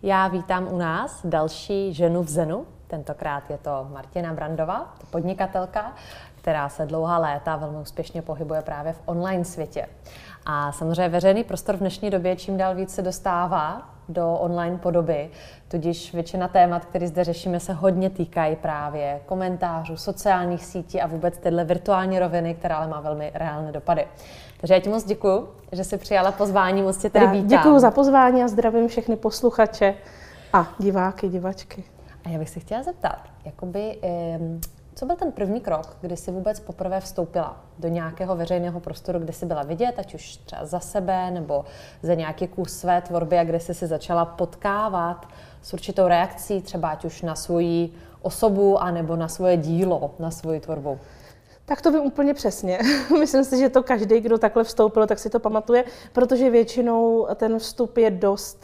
Já vítám u nás další ženu v Zenu. Tentokrát je to Martina Brandová, podnikatelka, která se dlouhá léta velmi úspěšně pohybuje právě v online světě. A samozřejmě veřejný prostor v dnešní době čím dál víc se dostává do online podoby, tudíž většina témat, které zde řešíme, se hodně týkají právě komentářů, sociálních sítí a vůbec téhle virtuální roviny, která ale má velmi reálné dopady. Takže já ti moc děkuju, že jsi přijala pozvání, moc tě tady vítám. Děkuju za pozvání a zdravím všechny posluchače a diváky, divačky. A já bych se chtěla zeptat, co byl ten první krok, kdy jsi vůbec poprvé vstoupila do nějakého veřejného prostoru, kde jsi byla vidět, ať už třeba za sebe nebo za nějaký kus své tvorby, a kde jsi se začala potkávat s určitou reakcí, třeba ať už na svoji osobu, anebo na svoje dílo, na svoji tvorbu? Tak to vím úplně přesně. Myslím si, že to každý, kdo takhle vstoupil, tak si to pamatuje, protože většinou ten vstup je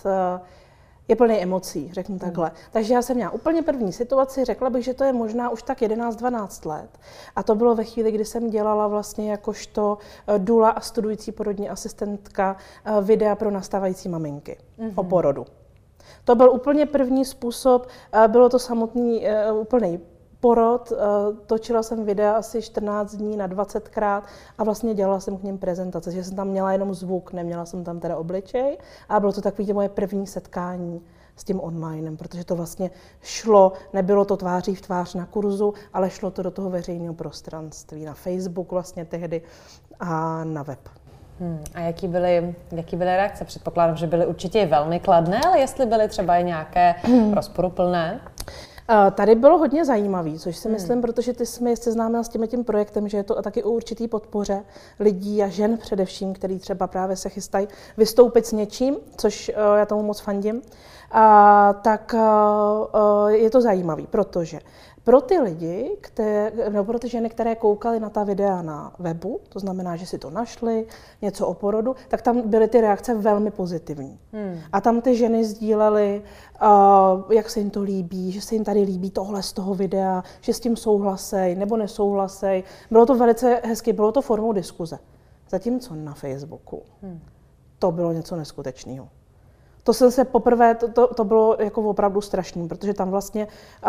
je plný emocí, řeknu takhle. Takže já jsem měla úplně první situaci, řekla bych, že to je možná už tak 11-12 let. A to bylo ve chvíli, kdy jsem dělala vlastně jakožto dula a studující porodní asistentka videa pro nastávající maminky o porodu. To byl úplně první způsob, bylo to samotný úplný porod, točila jsem videa asi 14 dní na 20krát a vlastně dělala jsem k nim prezentace, že jsem tam měla jenom zvuk, neměla jsem tam teda obličej a bylo to takové moje první setkání s tím onlinem, protože to vlastně šlo, nebylo to tváří v tvář na kurzu, ale šlo to do toho veřejného prostranství, na Facebook vlastně tehdy a na web. A jaký byly reakce? Předpokládám, že byly určitě velmi kladné, ale jestli byly třeba i nějaké rozporuplné? Tady bylo hodně zajímavý, což si myslím, protože ty jsi mě seznámila s tím projektem, že je to taky o určitý podpoře lidí a žen především, který třeba právě se chystají vystoupit s něčím, což já tomu moc fandím, tak je to zajímavý, protože pro ty lidi, pro ty ženy, které koukaly na ta videa na webu, to znamená, že si to našli, něco o porodu, tak tam byly ty reakce velmi pozitivní. A tam ty ženy sdílely, jak se jim to líbí, že se jim tady líbí tohle z toho videa, že s tím souhlasej nebo nesouhlasej. Bylo to velice hezky, bylo to formou diskuze. Zatímco na Facebooku to bylo něco neskutečného. To jsem se poprvé, to bylo jako opravdu strašný, protože tam vlastně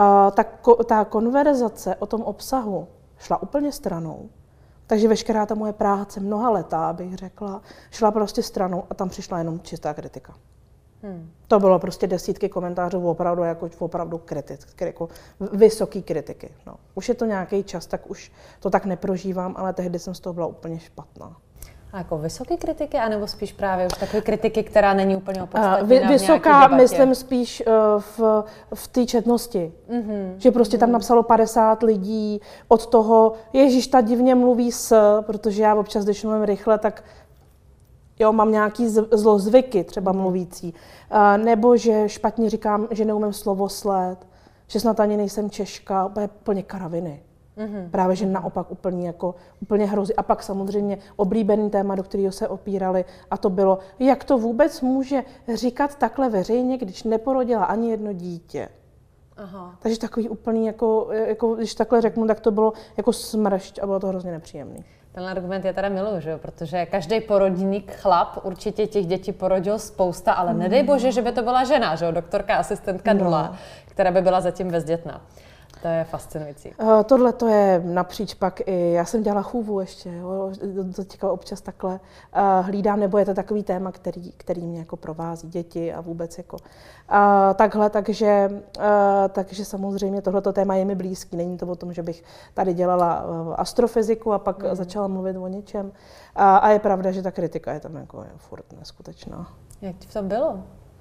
ta konverzace o tom obsahu šla úplně stranou. Takže veškerá ta moje práce, mnoha letá, bych řekla, šla prostě stranou a tam přišla jenom čistá kritika. To bylo prostě desítky komentářů opravdu kritické, jako vysoký kritiky. No. Už je to nějaký čas, tak už to tak neprožívám, ale tehdy jsem z toho byla úplně špatná. A jako vysoké kritiky, anebo spíš právě už takové kritiky, která není úplně opodstatněná? Vysoká, myslím spíš v té četnosti. Že prostě tam napsalo 50 lidí od toho, ježiš, ta divně mluví protože já občas, když mluvím rychle, tak jo, mám nějaký zlozvyky, třeba mluvící. Nebo že špatně říkám, že neumím slovosled, že snad ani nejsem Češka, úplně karaviny. Právě, že naopak úplně hrozí. A pak samozřejmě oblíbený téma, do kterého se opírali, a to bylo, jak to vůbec může říkat takhle veřejně, když neporodila ani jedno dítě. Aha. Takže takový úplný, jako, když takhle řeknu, tak to bylo jako smršť a bylo to hrozně nepříjemný. Tenhle argument já teda miluju, že jo? Protože každý porodník chlap určitě těch dětí porodil spousta, ale nedej bože, že by to byla žena, že jo? Doktorka, asistentka dula, která by byla zatím bezdětná. To je fascinující. Tohle to je napříč pak i, já jsem dělala chůvu ještě, jo, teďka občas takhle hlídám, nebo je to takový téma, který mě jako provází děti a vůbec jako takhle, takže samozřejmě tohleto téma je mi blízký. Není to o tom, že bych tady dělala astrofyziku a pak začala mluvit o něčem. A je pravda, že ta kritika je tam jako furt neskutečná. Jak ti v tom bylo?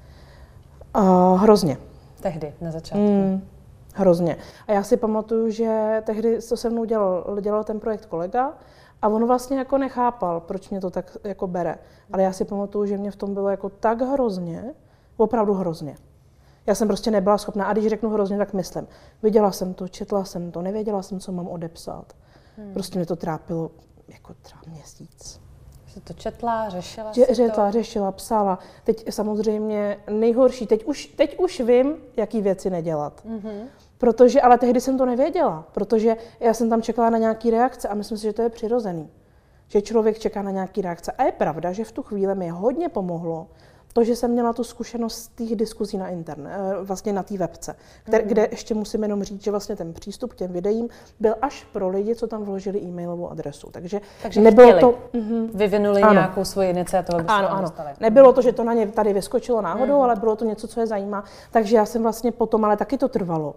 Hrozně. Tehdy, na začátku. Hrozně. A já si pamatuju, že tehdy to se mnou dělal ten projekt kolega a on vlastně jako nechápal, proč mě to tak jako bere. Ale já si pamatuju, že mě v tom bylo jako tak hrozně, opravdu hrozně. Já jsem prostě nebyla schopná, a když řeknu hrozně, tak myslím. Viděla jsem to, četla jsem to, nevěděla jsem, co mám odepsat. Prostě mě to trápilo jako třeba měsíc. Jsi to četla, řešila Řešila, psala. Teď samozřejmě nejhorší, teď už vím, jaký věci nedělat. Ale tehdy jsem to nevěděla, protože já jsem tam čekala na nějaký reakce a myslím si, že to je přirozený. Že člověk čeká na nějaký reakce. A je pravda, že v tu chvíli mi hodně pomohlo to, že jsem měla tu zkušenost z těch diskuzí na internet, vlastně na té webce, kde ještě musím jenom říct, že vlastně ten přístup k těm videím byl až pro lidi, co tam vložili e-mailovou adresu. Takže nebylo chtěli. to... Vyvinuli nějakou svoji iniciativu, aby se tam dostali. Nebylo to, že to na ně tady vyskočilo náhodou, ale bylo to něco, co je zajímá. Takže já jsem vlastně potom, ale taky to trvalo.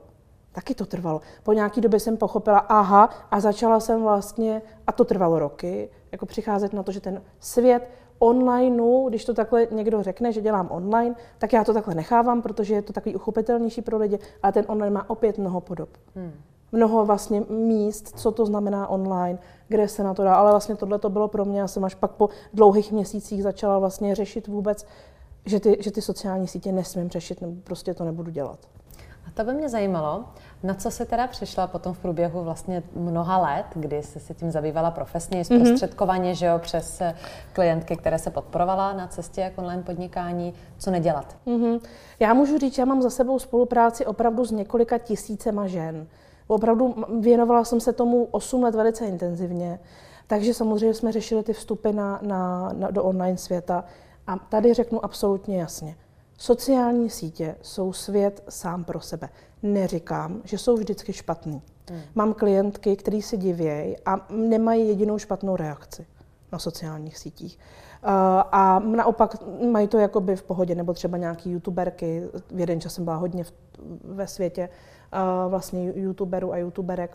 Po nějaký době jsem pochopila, a začala jsem vlastně, a to trvalo roky, jako přicházet na to, že ten svět online, když to takhle někdo řekne, že dělám online, tak já to takhle nechávám, protože je to takový uchopitelnější pro lidi, ale ten online má opět mnoho podob. Mnoho vlastně míst, co to znamená online, kde se na to dá, ale vlastně tohle to bylo pro mě, já jsem až pak po dlouhých měsících začala vlastně řešit vůbec, že ty sociální sítě nesmím řešit, nebo prostě to nebudu dělat. A to by mě zajímalo, na co jsi teda přišla potom v průběhu vlastně mnoha let, kdy jsi se tím zabývala profesně, zprostředkovaně, že jo, přes klientky, které se podporovala na cestě k online podnikání, co nedělat? Já můžu říct, že já mám za sebou spolupráci opravdu s několika tisícema žen. Opravdu věnovala jsem se tomu 8 let velice intenzivně, takže samozřejmě jsme řešili ty vstupy do online světa. A tady řeknu absolutně jasně. Sociální sítě jsou svět sám pro sebe. Neříkám, že jsou vždycky špatný. Mám klientky, který se divějí a nemají jedinou špatnou reakci na sociálních sítích. A naopak mají to jakoby v pohodě, nebo třeba nějaký youtuberky. V jeden čas jsem byla hodně ve světě vlastně youtuberů a youtuberek.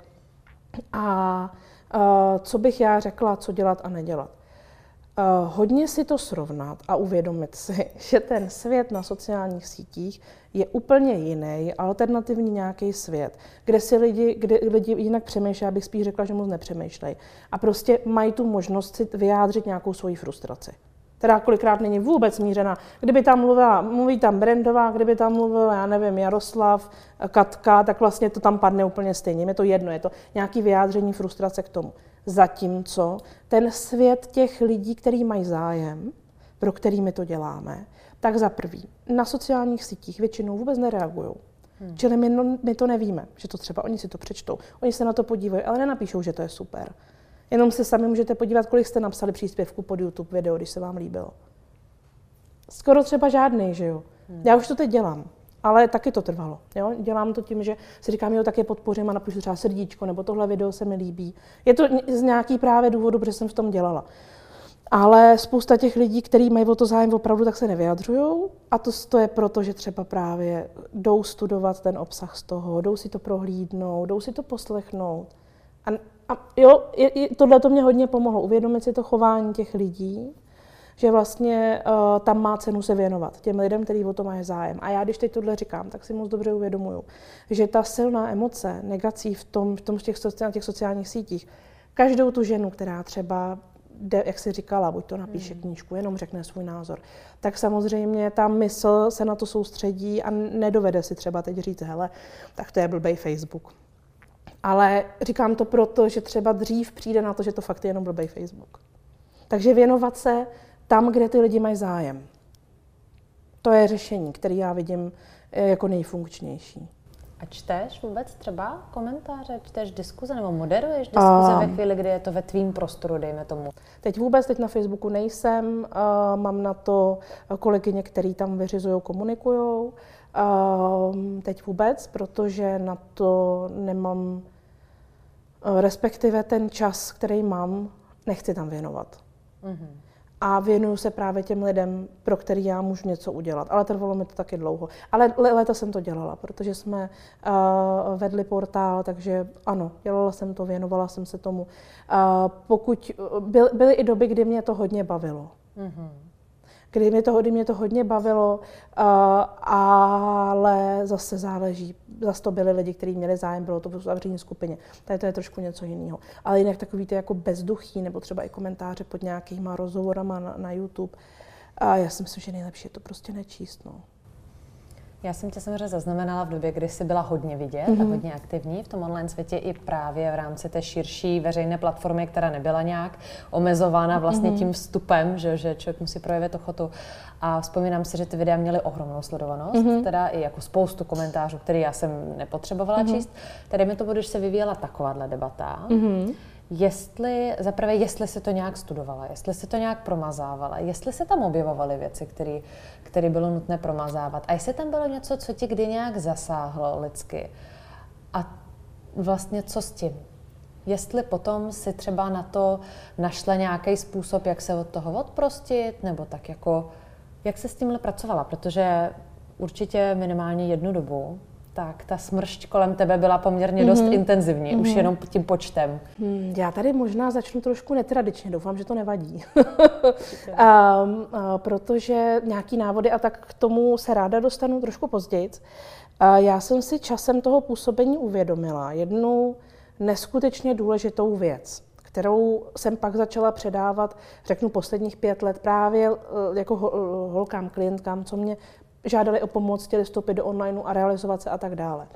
A co bych já řekla, co dělat a nedělat? Hodně si to srovnat a uvědomit si, že ten svět na sociálních sítích je úplně jiný, alternativní nějaký svět, kde si lidi jinak přemýšlejí, já bych spíš řekla, že moc nepřemýšlejí. A prostě mají tu možnost si vyjádřit nějakou svoji frustraci. Která kolikrát není vůbec mířená. Kdyby tam mluví tam Brandová, kdyby tam mluvil, já nevím, Jaroslav, Katka, tak vlastně to tam padne úplně stejně. Je to jedno, je to nějaké vyjádření frustrace k tomu. Zatímco ten svět těch lidí, kteří mají zájem, pro který my to děláme, tak za prvý na sociálních sítích většinou vůbec nereagují. Čili my to nevíme, že to třeba oni si to přečtou, oni se na to podívají, ale nenapíšou, že to je super. Jenom se sami můžete podívat, kolik jste napsali příspěvku pod YouTube video, když se vám líbilo. Skoro třeba žádný, že jo. Já už to teď dělám, ale taky to trvalo. Jo? Dělám to tím, že si říkám, jo, tak je podpořím a napíšu třeba srdíčko, nebo tohle video se mi líbí. Je to z nějaký právě důvodu, protože jsem v tom dělala. Ale spousta těch lidí, kteří mají o to zájem opravdu, tak se nevyjadřují. A to je proto, že třeba právě jdou studovat ten obsah z toho, jdou si to prohlídnout, jdou si to poslechnout. A jo, tohle to mě hodně pomohlo, uvědomit si to chování těch lidí, že vlastně tam má cenu se věnovat těm lidem, kteří o to mají zájem. A já, když teď tohle říkám, tak si moc dobře uvědomuju, že ta silná emoce, negací v těch sociálních sítích, každou tu ženu, která třeba jde, jak jsi říkala, buď to napíše knížku, jenom řekne svůj názor, tak samozřejmě ta mysl se na to soustředí a nedovede si třeba teď říct, hele, tak to je blbej Facebook. Ale říkám to proto, že třeba dřív přijde na to, že to fakt je jenom blbej Facebook. Takže věnovat se tam, kde ty lidi mají zájem. To je řešení, které já vidím jako nejfunkčnější. A čteš vůbec třeba komentáře, čteš diskuze nebo moderuješ diskuze ve chvíli, kdy je to ve tvým prostoru, dejme tomu? Teď na Facebooku nejsem, mám na to kolegyně, který tam vyřizují, komunikujou. Teď vůbec, protože na to nemám, respektive ten čas, který mám, nechci tam věnovat. A věnuju se právě těm lidem, pro který já můžu něco udělat. Ale trvalo mi to taky dlouho. Ale léta jsem to dělala, protože jsme vedli portál, takže ano, dělala jsem to, věnovala jsem se tomu. Byly i doby, kdy mě to hodně bavilo. Kdy mě to hodně bavilo, ale zase záleží. Zase to byli lidi, kteří měli zájem, bylo to v uzavřené skupině. Tady to je trošku něco jiného. Ale jinak takový ty jako bezduchý, nebo třeba i komentáře pod nějakýma rozhovorama na YouTube. A já si myslím, že nejlepší je to prostě nečíst. No. Já jsem tě samozřejmě zaznamenala v době, kdy jsi byla hodně vidět a hodně aktivní v tom online světě i právě v rámci té širší veřejné platformy, která nebyla nějak omezována vlastně tím vstupem, že člověk musí projevit ochotu. A vzpomínám si, že ty videa měly ohromnou sledovanost, teda i jako spoustu komentářů, které já jsem nepotřebovala číst. Tady mi to bude, když se vyvíjela takováhle debata. jestli si to nějak studovala, jestli si to nějak promazávala, jestli se tam objevovaly věci, které bylo nutné promazávat a jestli tam bylo něco, co ti kdy nějak zasáhlo lidsky a vlastně co s tím. Jestli potom si třeba na to našla nějaký způsob, jak se od toho odprostit, nebo tak jako, jak se s tímhle pracovala, protože určitě minimálně jednu dobu, tak ta smršť kolem tebe byla poměrně dost intenzivní, už jenom tím počtem. Já tady možná začnu trošku netradičně, doufám, že to nevadí. Protože nějaký návody a tak k tomu se ráda dostanu trošku později. Já jsem si časem toho působení uvědomila jednu neskutečně důležitou věc, kterou jsem pak začala předávat, řeknu, posledních 5 let právě jako holkám, klientkám, co mě žádali o pomoc, chtěli vstoupit do onlineu a realizovat se a tak dále.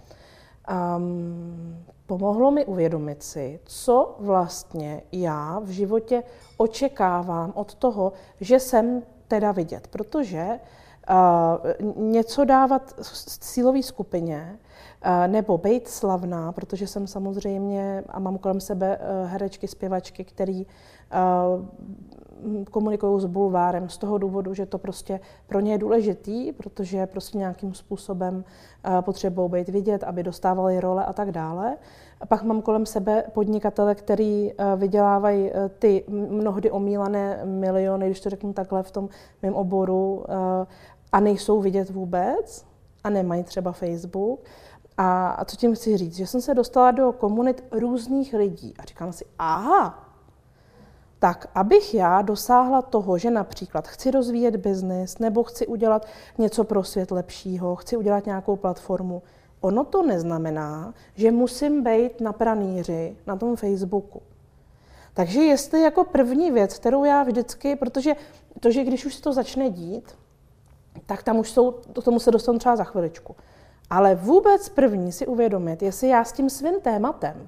Pomohlo mi uvědomit si, co vlastně já v životě očekávám od toho, že jsem teda vidět, protože něco dávat cílové skupině nebo být slavná, protože jsem samozřejmě a mám kolem sebe herečky, zpěvačky, který komunikují s bulvárem z toho důvodu, že to prostě pro ně je důležitý, protože prostě nějakým způsobem potřebují být vidět, aby dostávali role a tak dále. A pak mám kolem sebe podnikatele, který vydělávají ty mnohdy omílané miliony, když to řeknu takhle v tom mém oboru, a nejsou vidět vůbec a nemají třeba Facebook. A co tím chci říct? Že jsem se dostala do komunit různých lidí a říkám si, aha, tak abych já dosáhla toho, že například chci rozvíjet biznis nebo chci udělat něco pro svět lepšího, chci udělat nějakou platformu, ono to neznamená, že musím být na pranýři na tom Facebooku. Takže jestli jako první věc, kterou já vždycky, protože to, že když už se to začne dít, tak tam už k tomu se dostanu třeba za chviličku. Ale vůbec první si uvědomit, jestli já s tím svým tématem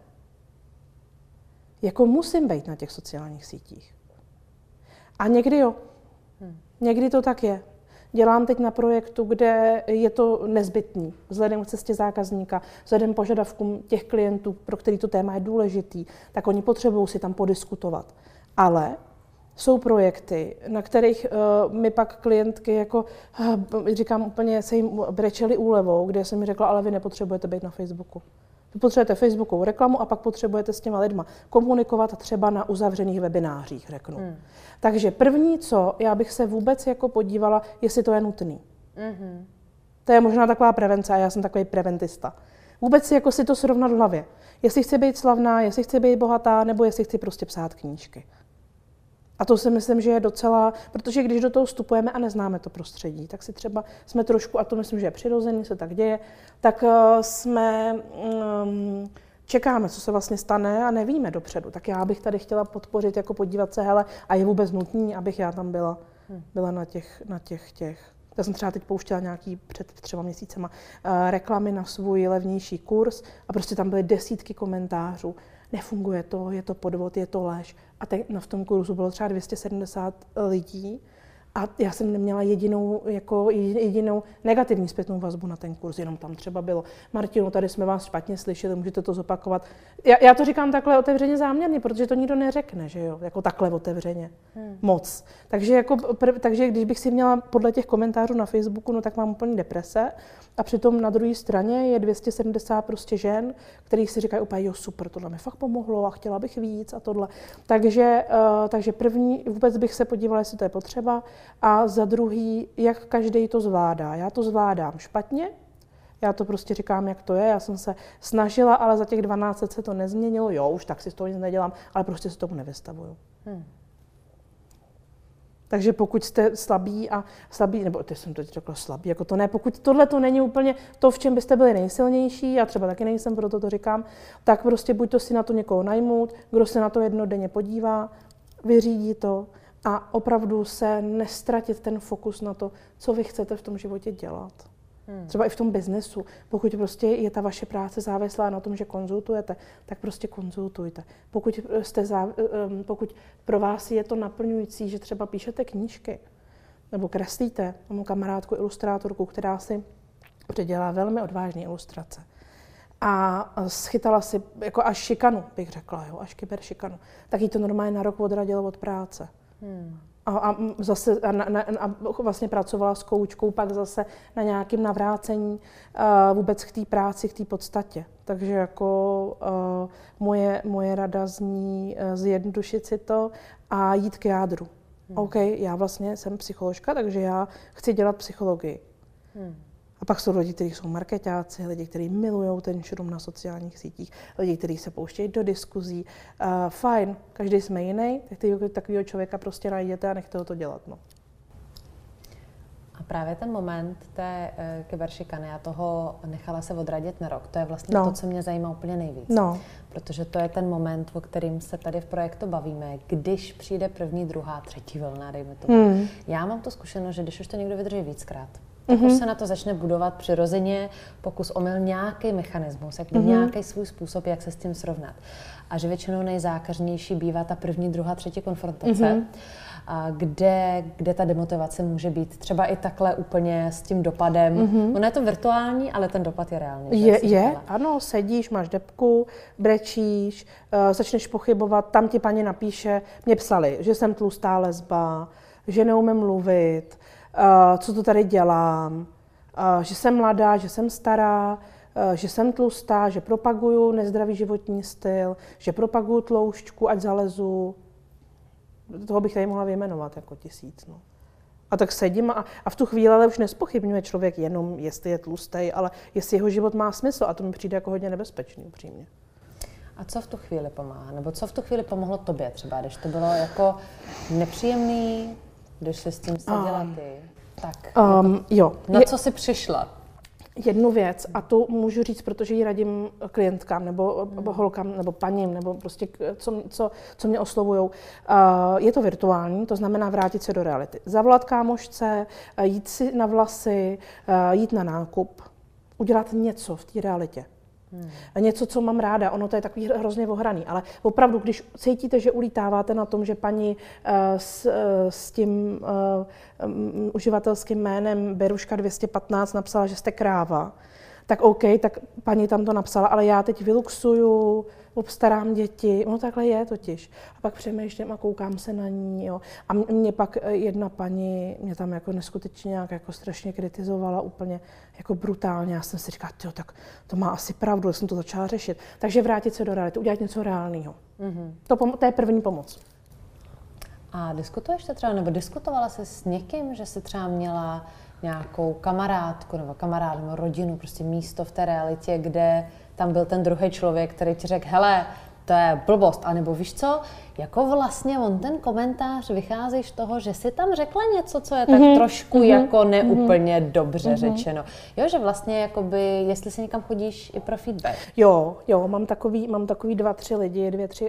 jako musím být na těch sociálních sítích. A někdy jo. Někdy to tak je. Dělám teď na projektu, kde je to nezbytný, vzhledem k cestě zákazníka, vzhledem požadavkům těch klientů, pro který to téma je důležitý, tak oni potřebují si tam podiskutovat. Ale jsou projekty, na kterých mi pak klientky, jako říkám úplně, se jim brečeli úlevou, kde jsem mi řekla, ale vy nepotřebujete být na Facebooku. Vy potřebujete Facebookovou reklamu a pak potřebujete s těma lidma komunikovat třeba na uzavřených webinářích, řeknu. Takže první, co já bych se vůbec jako podívala, jestli to je nutný. To je možná taková prevence a já jsem takový preventista. Vůbec si jako si to srovnat v hlavě. Jestli chci být slavná, jestli chci být bohatá, nebo jestli chci prostě psát knížky. A to si myslím, že je docela, protože když do toho vstupujeme a neznáme to prostředí, tak si třeba jsme trošku, a to myslím, že je přirozený, se tak děje, tak čekáme, co se vlastně stane a nevíme dopředu. Tak já bych tady chtěla podpořit, jako podívat se, hele, a je vůbec nutný, abych já tam byla na těch. Já jsem třeba teď pouštěla nějaký před 3 měsícema reklamy na svůj levnější kurz a prostě tam byly desítky komentářů. Nefunguje to, je to podvod, je to lež. A v tom kurzu bylo třeba 270 lidí a já jsem neměla jedinou negativní zpětnou vazbu na ten kurz, jenom tam třeba bylo: Martino, tady jsme vás špatně slyšeli, můžete to zopakovat. Já to říkám takhle otevřeně záměrně, protože to nikdo neřekne, že jo, jako takhle otevřeně. Moc. Takže když bych si měla podle těch komentářů na Facebooku, no tak mám úplně deprese. A přitom na druhé straně je 270 prostě žen, kterých si říkají úplně, jo super, tohle mi fakt pomohlo a chtěla bych víc a tohle. Takže první, vůbec bych se podívala, jestli to je potřeba, a za druhý, jak každý to zvládá. Já to zvládám špatně, já to prostě říkám, jak to je, já jsem se snažila, ale za těch 12 let se to nezměnilo, jo, už tak si z toho nic nedělám, ale prostě se tomu nevystavuju. Takže pokud jste slabí, nebo ty jsem teď řekla slabí, jako to ne, pokud tohle to není úplně to, v čem byste byli nejsilnější, já třeba taky nejsem, proto to říkám, tak prostě buď to si na to někoho najmout, kdo se na to jednodenně podívá, vyřídí to a opravdu se nestratit ten fokus na to, co vy chcete v tom životě dělat. Třeba i v tom biznesu. Pokud prostě je ta vaše práce závislá na tom, že konzultujete, tak prostě konzultujte. Pokud pro vás je to naplňující, že třeba píšete knížky nebo kreslíte, mám kamarádku ilustrátorku, která si předělá velmi odvážné ilustrace. a schytala si jako až šikanu, bych řekla, jo, až kyberšikanu, tak jí to normálně na rok odradilo od práce. A zase a vlastně pracovala s koučkou, pak zase na nějakém navrácení vůbec k té práci, k té podstatě. Takže jako moje rada zní zjednodušit si to a jít k jádru. OK, já vlastně jsem psycholožka, takže já chci dělat psychologii. A pak jsou lidi, kteří jsou marketáci, lidi, kteří milují ten šrum na sociálních sítích, lidi, kteří se pouštějí do diskuzí. Fajn, každý jsme jiný, tak takového člověka prostě najděte a nechte ho to dělat. No. A právě ten moment té kyberšikany a toho nechala se odradit na rok, to je vlastně to, co mě zajímá úplně nejvíc. Protože to je ten moment, o kterým se tady v projektu bavíme, když přijde první, druhá, třetí vlna, dejme tomu. Já mám tu zkušenost, že když už to někdo vydrží víckrát, tak už se na to začne budovat přirozeně pokus omyl nějaký mechanismus, nějaký svůj způsob, jak se s tím srovnat. A že většinou nejzákeřnější bývá ta první, druhá, třetí konfrontace, kde ta demotivace může být třeba i takhle úplně s tím dopadem. Ono je to virtuální, ale ten dopad je reálný. Ano, sedíš, máš depku, brečíš, začneš pochybovat, tam ti paní napíše, mě psali, že jsem tlustá lesba, že neumím mluvit, co to tady dělám, že jsem mladá, že jsem stará, že jsem tlustá, že propaguju nezdravý životní styl, že propaguju tloušťku, ať zalezu. Toho bych tady mohla vyjmenovat jako 1000. No. A tak sedím a v tu chvíli ale už nespochybňuje člověk jenom, jestli je tlustý, ale jestli jeho život má smysl. A to mi přijde jako hodně nebezpečný, upřímně. A co v tu chvíli pomáhá? Nebo co v tu chvíli pomohlo tobě třeba, když to bylo jako nepříjemný, když jsi s tím seděla ty? Tak, na co jsi přišla? Jednu věc, a tu můžu říct, protože ji radím klientkám nebo holkám nebo paním, nebo prostě co mě oslovujou. Je to virtuální, to znamená vrátit se do reality. Zavolat kámošce, jít si na vlasy, jít na nákup, udělat něco v té realitě. Něco, co mám ráda, ono to je takový hrozně ohraný, ale opravdu, když cítíte, že ulítáváte na tom, že paní s tím uživatelským jménem Beruška 215 napsala, že jste kráva, tak OK, tak paní tam to napsala, ale já teď vyluxuju, obstarám děti, ono takhle je totiž. A pak přemýšlím a koukám se na ní, jo. A mě pak jedna paní mě tam jako neskutečně nějak jako strašně kritizovala, úplně jako brutálně. Já jsem si říkala, tak to má asi pravdu, já jsem to začala řešit. Takže vrátit se do reality, udělat něco reálného. To je první pomoc. A diskutuješ to třeba, nebo diskutovala jsi s někým, že jsi třeba měla nějakou kamarádku nebo kamarád nebo rodinu, prostě místo v té realitě, kde tam byl ten druhý člověk, který ti řekl, hele, to je blbost, anebo víš co, jako vlastně on ten komentář vychází z toho, že si tam řekla něco, co je tak trošku jako neúplně dobře řečeno. Jo, že vlastně jakoby, jestli si někam chodíš i pro feedback. Jo, mám takový 2-3 lidi,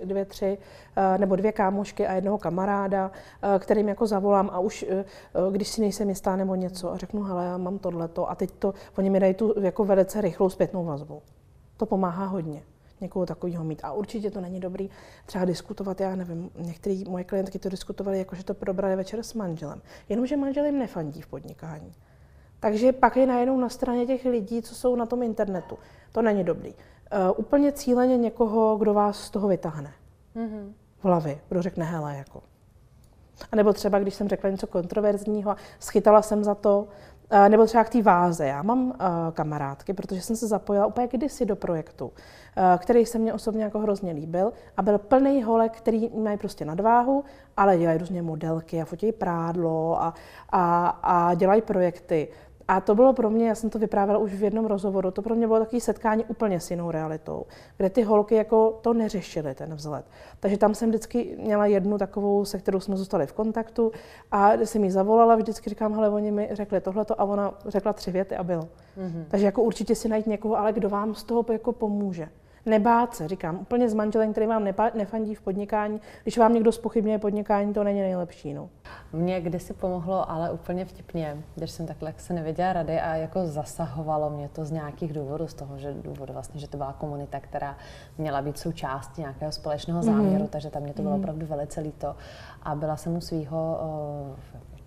nebo 2 kámošky a jednoho kamaráda, kterým jako zavolám a už, když si nejsem jistá nebo něco a řeknu, hele, já mám tohleto a teď oni mi dají tu jako velice rychlou zpětnou vazbu. To pomáhá hodně. Někoho takového mít. A určitě to není dobrý třeba diskutovat, já nevím, některé moje klientky to diskutovaly, jako že to probrali večer s manželem. Jenomže manžel jim nefandí v podnikání. Takže pak je najednou na straně těch lidí, co jsou na tom internetu. To není dobrý. Úplně cíleně někoho, kdo vás z toho vytáhne. V hlavě, kdo řekne, hele, jako. A nebo třeba, když jsem řekla něco kontroverzního, schytala jsem za to, nebo třeba k té váze. Já mám kamarádky, protože jsem se zapojila úplně kdysi do projektu, který se mně osobně jako hrozně líbil a byl plný holek, který mají prostě nadváhu, ale dělají různě modelky a fotí prádlo a dělají projekty. A to bylo pro mě, já jsem to vyprávěla už v jednom rozhovoru, to pro mě bylo takové setkání úplně s jinou realitou, kde ty holky jako to neřešily, ten vzhled. Takže tam jsem vždycky měla jednu takovou, se kterou jsme zůstali v kontaktu a jsem jí zavolala, vždycky říkám, hele, oni mi řekli tohleto a ona řekla 3 věty a bylo. Takže jako určitě si najít někoho, ale kdo vám z toho jako pomůže. Nebát se, říkám, úplně s manželem, který vám nefandí v podnikání. Když vám někdo zpochybňuje podnikání, to není nejlepší. No. Mně kdysi pomohlo, ale úplně vtipně, když jsem takhle se nevěděla rady a jako zasahovalo mě to z nějakých důvodů, z toho, že vlastně, že to byla komunita, která měla být součástí nějakého společného záměru, takže tam mě to bylo opravdu velice líto. A byla jsem u svého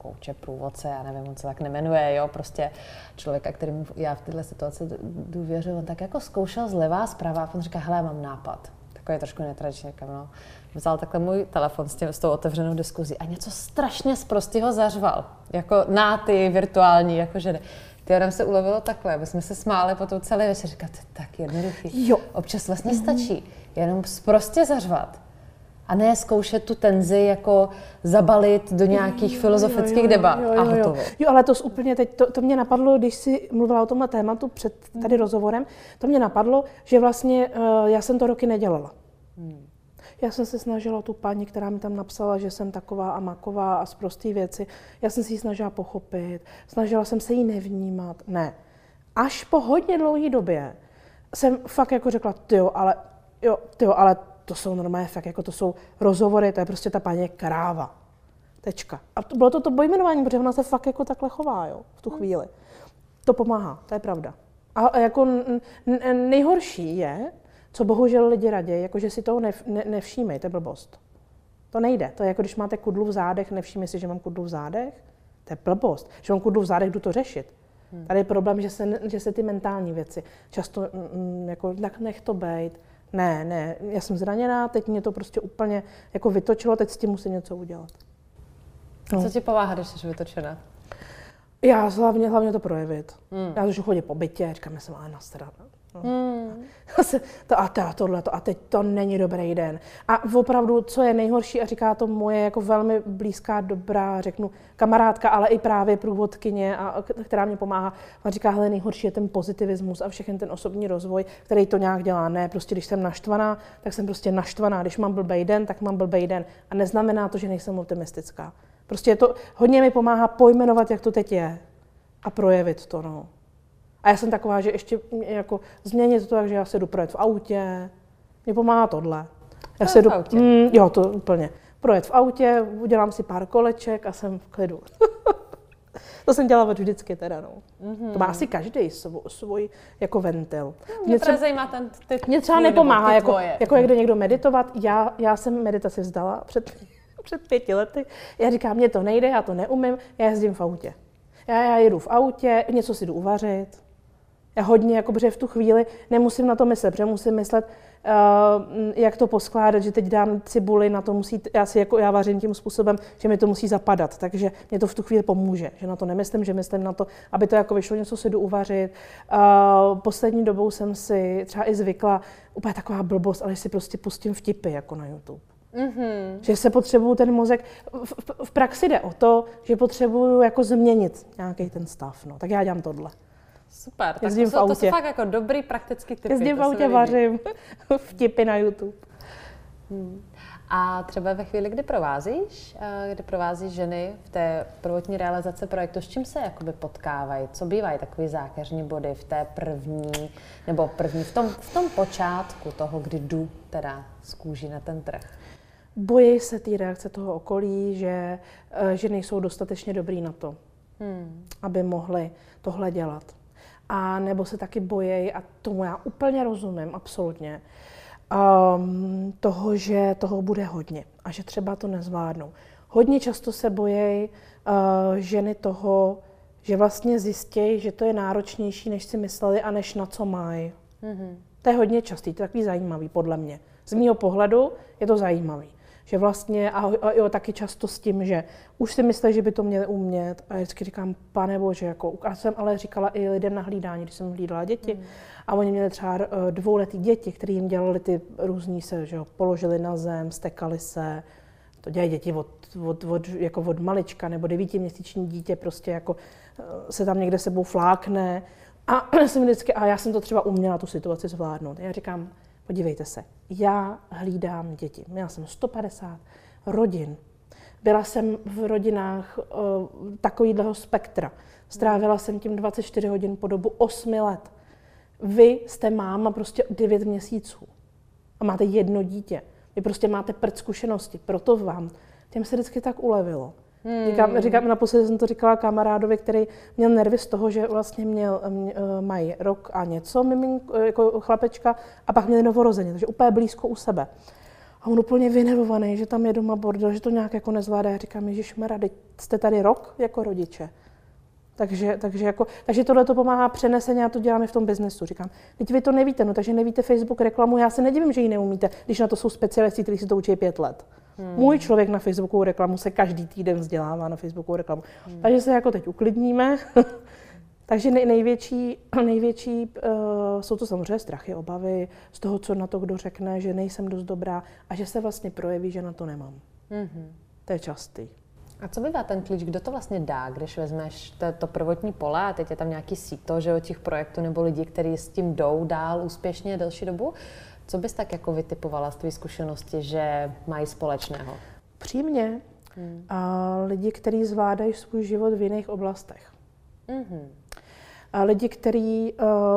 kouče, průvodce, já nevím, on se tak nemenuje, jo, prostě člověka, kterému já v této situaci důvěřuji, on tak jako zkoušel zleva, zprava a on říká, hele, mám nápad. Takový trošku netradičně, no. Vzal takhle můj telefon s tou otevřenou diskuzí a něco strašně sprostého zařval, jako na ty virtuální, jakože Ty se ulovilo takhle, aby jsme se smáli potom celý večer. Říkat, to je tak jednoduchý. Jo. Občas vlastně stačí jenom prostě zařvat. A ne zkoušet tu tenzi jako zabalit do nějakých filozofických debat a hotovo. Jo, ale to úplně teď, to mě napadlo, když jsi mluvila o tomhle tématu před tady rozhovorem, to mě napadlo, že vlastně já jsem to roky nedělala. Já jsem se snažila tu paní, která mi tam napsala, že jsem taková a maková a sprostý věci, já jsem si ji snažila pochopit, snažila jsem se jí nevnímat. Ne. Až po hodně dlouhé době jsem fakt jako řekla, tyjo, ale to jsou normálně fakt, jako to jsou rozhovory, to je prostě ta paní kráva. Tečka. A bylo to pojmenování, protože ona se fakt jako takhle chová, jo, v tu chvíli. To pomáhá, to je pravda. A jako nejhorší je, co bohužel lidi raději, jakože si toho nevšímej, to je blbost. To nejde. To je jako když máte kudlu v zádech, nevšímej si, že mám kudlu v zádech. To je blbost. Že mám kudlu v zádech, jdu to řešit. Tady je problém, že se ty mentální věci často jako nech to bejt. Ne, já jsem zraněná, teď mě to prostě úplně jako vytočilo, teď s tím musím něco udělat. No. Co ti pomáhá, když jsi vytočená? Já hlavně to projevit. Já už chodím po bytě, říkám, já jsem ale nasrat. A teď to není dobrý den. A opravdu, co je nejhorší, a říká to moje jako velmi blízká, dobrá, řeknu, kamarádka, ale i právě průvodkyně, která mě pomáhá, ona říká, hele, nejhorší je ten pozitivismus a všechen ten osobní rozvoj, který to nějak dělá. Ne, prostě když jsem naštvaná, tak jsem prostě naštvaná. Když mám blbej den, tak mám blbej den. A neznamená to, že nejsem optimistická. Prostě je to, hodně mi pomáhá pojmenovat, jak to teď je a projevit to, no. A já jsem taková, že ještě jako změnit to tak, že já se jdu projet v autě. Mně pomáhá tohle. Já se jdu, jo, to úplně. Projet v autě, udělám si pár koleček a jsem v klidu. To jsem dělala vždycky teda, no. To má asi každý svůj jako ventil. Mě třeba zajímá ten mě třeba nepomáhá, jako jak jde někdo meditovat. Já jsem meditaci vzdala před 5 lety. Já říkám, mně to nejde, já to neumím, já jezdím v autě. Já jedu v autě, něco si jdu uvařit. Já hodně, jako, protože v tu chvíli nemusím na to myslet, protože musím myslet, jak to poskládat, že teď dám cibuli, na to musí, já vařím tím způsobem, že mi to musí zapadat, takže mě to v tu chvíli pomůže, že na to nemyslím, že myslím na to, aby to jako vyšlo, něco si jdu uvařit. Poslední dobou jsem si třeba i zvykla, úplně taková blbost, ale si prostě pustím vtipy jako na YouTube. Že se potřebuju ten mozek, v praxi jde o to, že potřebuju jako změnit nějaký ten stav, no. Tak já dělám tohle. Super, tak to jsou fakt jako dobrý praktický tipy. Jezdím v autě, vařím vtipy na YouTube. A třeba ve chvíli, kdy provázíš ženy v té prvotní realizaci projektu, s čím se jakoby potkávají? Co bývají takový zákeřní body v té první, v tom počátku toho, kdy jdu teda z kůží na ten trh? Bojí se té reakce toho okolí, že nejsou dostatečně dobrý na to, aby mohli tohle dělat. A nebo se taky bojí, a tomu já úplně rozumím, absolutně, toho, že toho bude hodně a že třeba to nezvládnou. Hodně často se bojí ženy toho, že vlastně zjistějí, že to je náročnější, než si mysleli a než na co mají. To je hodně častý, to je takový zajímavý podle mě. Z mýho pohledu je to zajímavý. Že vlastně, a jo, taky často s tím, že už si myslí, že by to měli umět. A vždycky říkám, pane bože, jako, a jsem ale říkala i lidem na hlídání, když jsem hlídala děti. A oni měli třeba 2letý děti, které jim dělali ty různý se, že jo, položili na zem, stekali se. To dělají děti od malička, nebo 9měsíční dítě prostě jako se tam někde sebou flákne. A já jsem to třeba uměla tu situaci zvládnout. Já říkám, podívejte se, já hlídám děti. Měla jsem 150 rodin. Byla jsem v rodinách takovýhleho spektra. Strávila jsem tím 24 hodin po dobu 8 let. Vy jste máma prostě 9 měsíců a máte 1 dítě. Vy prostě máte prd zkušenosti, proto vám těm se vždycky tak ulevilo. Říkám, naposledy jsem to říkala kamarádovi, který měl nervy z toho, že vlastně mají rok a něco, jako chlapečka, a pak měli novorozeně, takže úplně blízko u sebe. A on úplně vynervovaný, že tam je doma bordel, že to nějak jako nezvládá. Já říkám, ježišmarja, teď jste tady rok jako rodiče. Takže tohle to pomáhá přeneseně, já to dělám i v tom biznesu. Říkám, teď vy to nevíte, no takže nevíte Facebook reklamu, já se nedivím, že ji neumíte, když na to jsou specialisti, kteří si to učí 5 let. Můj člověk na Facebookovou reklamu se každý týden vzdělává na Facebookovou reklamu. Takže se jako teď uklidníme. Takže největší jsou to samozřejmě strachy, obavy z toho, co na to kdo řekne, že nejsem dost dobrá a že se vlastně projeví, že na to nemám. To je častý. A co bývá ten klíč, kdo to vlastně dá, když vezmeš to prvotní pole a teď je tam nějaký síto, že od těch projektů nebo lidi, kteří s tím jdou dál úspěšně delší dobu? Co bys tak jako vytipovala z tvé zkušenosti, že mají společného? Přímě lidi, kteří zvládají svůj život v jiných oblastech. A lidi, který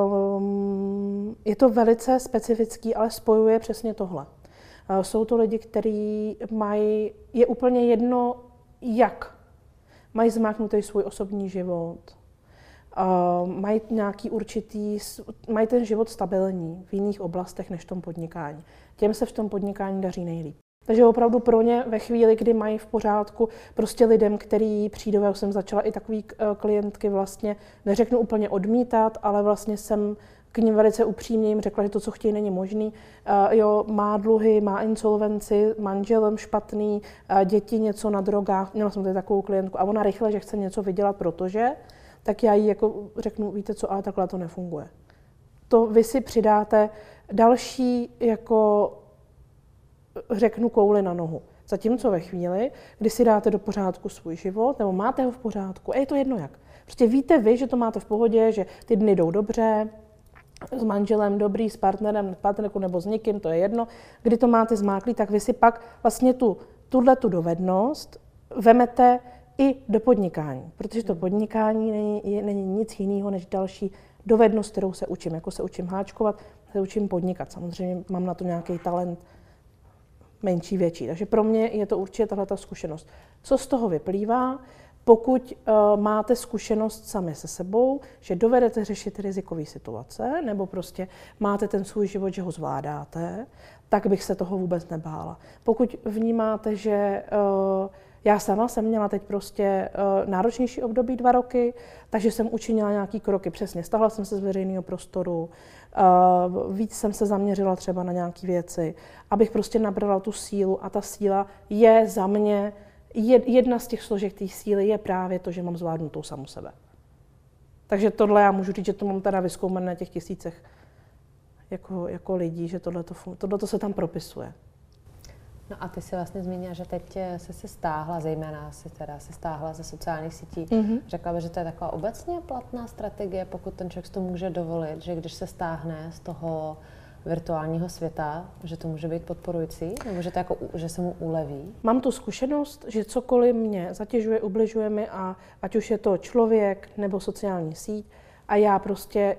je to velice specifický, ale spojuje přesně tohle. Jsou to lidi, kteří je úplně jedno, jak mají zmáknutý svůj osobní život, mají mají ten život stabilní v jiných oblastech než v tom podnikání. Těm se v tom podnikání daří nejlíp. Takže opravdu pro ně ve chvíli, kdy mají v pořádku prostě lidem, který přijdou, já jsem začala i takový klientky vlastně, neřeknu úplně odmítat, ale vlastně jsem k ním velice upřímně jim řekla, že to, co chtějí, není možný. Má dluhy, má insolvenci, manželem špatný, děti něco na drogách. Měla jsem tady takovou klientku a ona rychle, že chce něco vydělat, protože, tak já jí jako řeknu, víte co, ale takhle to nefunguje. To vy si přidáte další jako řeknu kouli na nohu. Zatímco ve chvíli, kdy si dáte do pořádku svůj život, nebo máte ho v pořádku, a je to jedno jak. Prostě víte vy, že to máte v pohodě, že ty dny jdou dobře, s manželem dobrý, s partnerkou nebo s někým, to je jedno. Kdy to máte zmáklý, tak vy si pak vlastně tuhletu dovednost vemete i do podnikání. Protože to podnikání není nic jiného než další dovednost, kterou se učím. Jako se učím háčkovat, se učím podnikat. Samozřejmě mám na to nějaký talent, menší, větší. Takže pro mě je to určitě tahleta zkušenost. Co z toho vyplývá? Pokud máte zkušenost sami se sebou, že dovedete řešit rizikové situace, nebo prostě máte ten svůj život, že ho zvládáte, tak bych se toho vůbec nebála. Pokud vnímáte, že já sama jsem měla teď prostě náročnější období 2 roky, takže jsem učinila nějaký kroky. Přesně, stahla jsem se z veřejného prostoru, víc jsem se zaměřila třeba na nějaké věci, abych prostě nabrala tu sílu a ta síla je za mě, jedna z těch složek té síly je právě to, že mám zvládnutou samu sebe. Takže tohle já můžu říct, že to mám teda vyzkoumané na těch tisícech jako lidí, že tohleto se tam propisuje. No a ty si vlastně zmínila, že teď se stáhla, zejména se stáhla ze sociálních sítí. Řekla bych, že to je taková obecně platná strategie, pokud ten člověk to může dovolit, že když se stáhne z toho virtuálního světa, že to může být podporující, nebo že, že se mu uleví? Mám tu zkušenost, že cokoliv mě zatěžuje, ubližuje mi, a ať už je to člověk nebo sociální síť, a já prostě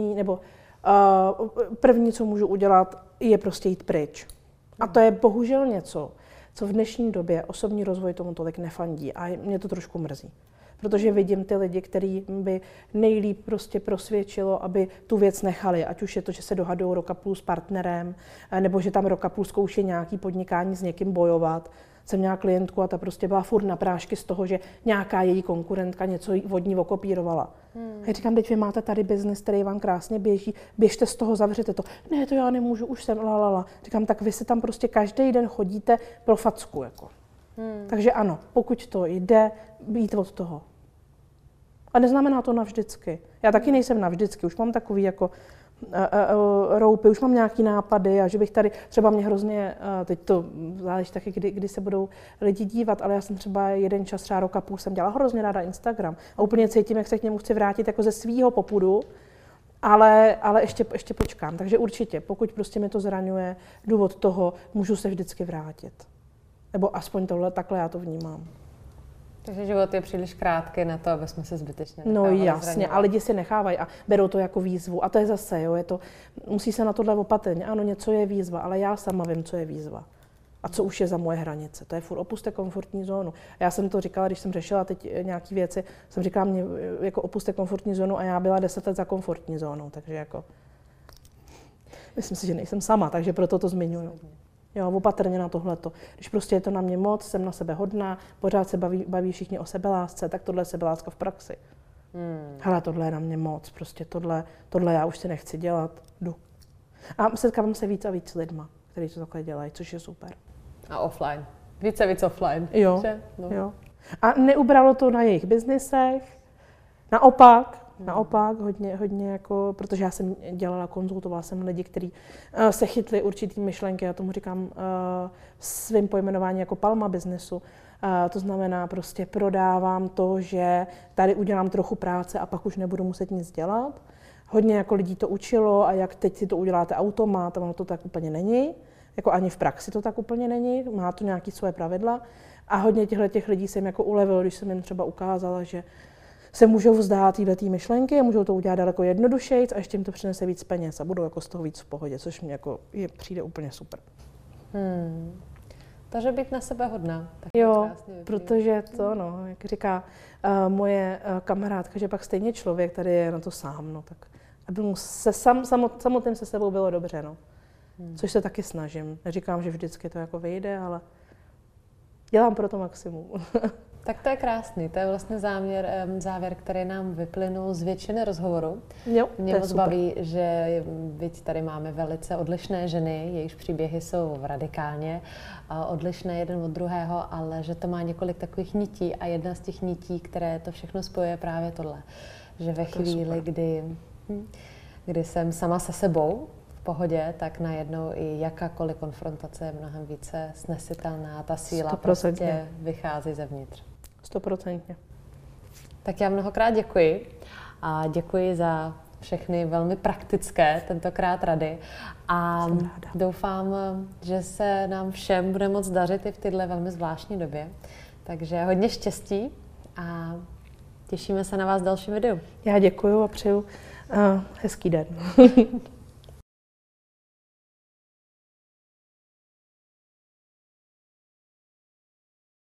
první, co můžu udělat, je prostě jít pryč. A to je bohužel něco, co v dnešní době osobní rozvoj tomu tolik nefandí a mě to trošku mrzí. Protože vidím ty lidi, který by nejlíp prostě prosvědčilo, aby tu věc nechali. Ať už je to, že se dohadují rok a půl s partnerem, nebo že tam rok a půl zkouší nějaký podnikání s někým bojovat. Jsem měla klientku a ta prostě byla furt na prášky z toho, že nějaká její konkurentka něco od ní okopírovala. Já říkám, teď vy máte tady biznis, který vám krásně běží, běžte z toho, zavřete to. Ne, to já nemůžu, už jsem lalala. Říkám, tak vy se tam prostě každý den chodíte pro facku. Jako. Takže ano, pokud to jde, být od toho. A neznamená to navždycky. Já taky nejsem navždycky, už mám takový jako roupy, už mám nějaký nápady a že bych tady, třeba mě hrozně, teď to záleží taky, kdy se budou lidi dívat, ale já jsem třeba jeden čas, třeba rok a půl, jsem dělala hrozně ráda Instagram a úplně cítím, jak se k němu chci vrátit jako ze svýho popudu, ale ještě počkám. Takže určitě, pokud prostě mi to zraňuje, důvod toho, můžu se vždycky vrátit. Nebo aspoň takhle já to vnímám. Takže život je příliš krátký na to, aby jsme se zbytečně nechávali jasně, a lidi si nechávají a berou to jako výzvu. A to je zase, musí se na tohle opatrně. Ano, něco je výzva, ale já sama vím, co je výzva. A co už je za moje hranice. To je furt opuste komfortní zónu. Já jsem to říkala, když jsem řešila teď nějaké věci, jsem říkala mě jako opuste komfortní zónu a já byla 10 let za komfortní zónou. Takže jako, myslím si, že nejsem sama, takže proto to zmiňuju. Jo, opatrně na tohleto. Když prostě je to na mě moc, jsem na sebe hodná, pořád se baví všichni o sebelásce, tak tohle je sebeláska v praxi. Hele, tohle je na mě moc, prostě tohle já už si nechci dělat, jdu. A setkávám se víc a víc s lidma, kteří to takhle dělají, což je super. A offline. Víc offline. Jo, že? No. jo. A neubralo to na jejich biznisech, naopak hodně jako, protože já jsem konzultovala jsem lidi, kteří se chytli určitý myšlenky, já tomu říkám svým pojmenování jako palma biznesu. To znamená prostě prodávám to, že tady udělám trochu práce a pak už nebudu muset nic dělat. Hodně jako lidí to učilo a jak teď si to uděláte automat, ono to tak úplně není. Jako ani v praxi to tak úplně není, má to nějaké svoje pravidla. A hodně těch lidí jsem jako ulevil, když jsem jim třeba ukázala, že se můžou vzdát této myšlenky a můžou to udělat daleko jednodušejc a ještě jim to přinese víc peněz a budou jako z toho víc v pohodě, což mě jako přijde úplně super. Takže být na sebe hodná. Tak jo, protože to, no, jak říká moje kamarádka, že pak stejně člověk tady je na to sám, no, tak aby mu se samotným se sebou bylo dobře, no. Což se taky snažím. Neříkám, že vždycky to jako vyjde, ale dělám pro to maximum. Tak to je krásný, to je vlastně závěr, který nám vyplynul z většiny rozhovoru. Jo, mě moc baví, že tady máme velice odlišné ženy, jejichž příběhy jsou radikálně odlišné jeden od druhého, ale že to má několik takových nití a jedna z těch nití, které to všechno spojuje, je právě tohle. Že ve chvíli, kdy jsem sama se sebou v pohodě, tak najednou i jakákoliv konfrontace je mnohem více snesitelná, ta síla 100%. Prostě vychází zevnitř. 100%. Tak já mnohokrát děkuji a děkuji za všechny velmi praktické tentokrát rady a doufám, že se nám všem bude moc dařit i v této velmi zvláštní době. Takže hodně štěstí a těšíme se na vás v dalším videu. Já děkuji a přeju hezký den.